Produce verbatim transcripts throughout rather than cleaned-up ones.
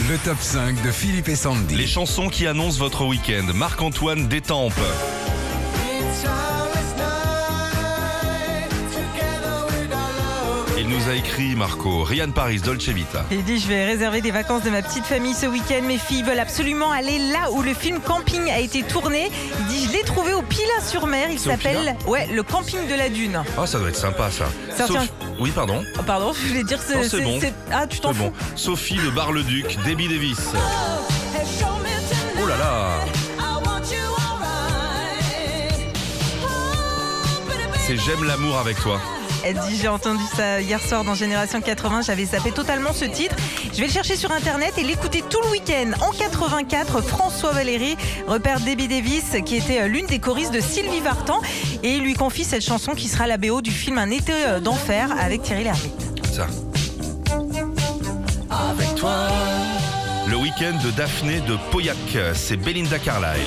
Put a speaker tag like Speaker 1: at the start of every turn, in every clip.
Speaker 1: Le top cinq de Philippe et Sandy.
Speaker 2: Les chansons qui annoncent votre week-end. Marc-Antoine d'Étampes. Il nous a écrit, Marco, Ryan Paris, Dolce Vita.
Speaker 3: Il dit, je vais réserver des vacances de ma petite famille ce week-end. Mes filles veulent absolument aller là où le film Camping a été tourné. Il dit, je l'ai trouvé au Pilat-sur-Mer. Il
Speaker 2: C'est au
Speaker 3: s'appelle ouais, le Camping de la Dune.
Speaker 2: Ah, ça doit être sympa, ça.
Speaker 3: Ça
Speaker 2: Sauf...
Speaker 3: tient-
Speaker 2: Oui, pardon.
Speaker 3: Oh, pardon, je voulais dire que
Speaker 2: Non,
Speaker 3: c'est...
Speaker 2: c'est bon.
Speaker 3: c'est- Ah, tu t'en
Speaker 2: C'est
Speaker 3: fous
Speaker 2: bon. Sophie de Bar-le-Duc, Debbie Davis. Oh là là. C'est J'aime l'amour avec toi.
Speaker 3: Elle dit, j'ai entendu ça hier soir dans Génération quatre-vingts, j'avais zappé totalement ce titre. Je vais le chercher sur internet et l'écouter tout le week-end. En quatre-vingt-quatre, François Valéry repère Debbie Davis, qui était l'une des choristes de Sylvie Vartan, et il lui confie cette chanson qui sera la B O du film Un été d'enfer avec Thierry Lhermitte.
Speaker 2: Ça. Avec toi. Le week-end de Daphné de Pauillac, c'est Belinda Carlisle.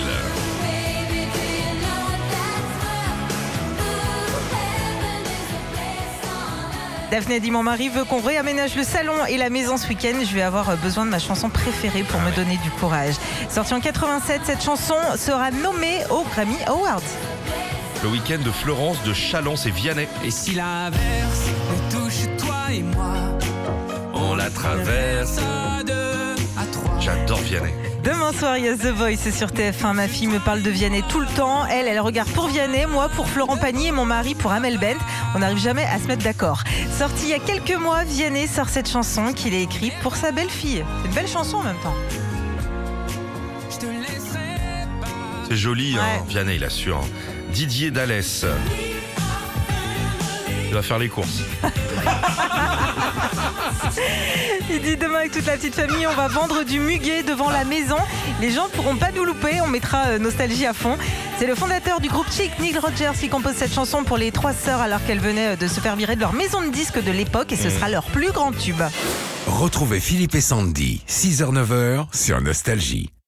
Speaker 3: Daphné dit, mon mari veut qu'on réaménage le salon et la maison ce week-end. Je vais avoir besoin de ma chanson préférée pour
Speaker 2: Ah
Speaker 3: me
Speaker 2: ouais.
Speaker 3: donner du courage. Sortie en quatre-vingt-sept, cette chanson sera nommée aux Grammy Awards.
Speaker 2: Le week-end de Florence de Chalence et Vianney.
Speaker 4: Et si l'averse nous touche toi et moi,
Speaker 2: On la traverse.
Speaker 4: à deux, à trois.
Speaker 2: J'adore Vianney.
Speaker 3: Demain soir, il y a The Voice sur T F un. Ma fille me parle de Vianney tout le temps. Elle, elle regarde pour Vianney, moi pour Florent Pagny et mon mari pour Amel Bent. On n'arrive jamais à se mettre d'accord. Sortie il y a quelques mois, Vianney sort cette chanson qu'il a écrite pour sa belle-fille. C'est une belle chanson en même temps.
Speaker 4: Je te laisserai pas.
Speaker 2: C'est joli, hein.
Speaker 3: Ouais.
Speaker 2: Vianney, il assure. Hein. Didier Dallès. Il va faire les courses.
Speaker 3: Il dit, demain avec toute la petite famille, on va vendre du muguet devant la maison. Les gens ne pourront pas nous louper, on mettra euh, nostalgie à fond. C'est le fondateur du groupe Chic, Neil Rogers, qui compose cette chanson pour les trois sœurs alors qu'elles venaient de se faire virer de leur maison de disques de l'époque, et ce sera leur plus grand tube.
Speaker 1: Retrouvez Philippe et Sandy, six heures neuf heures sur Nostalgie.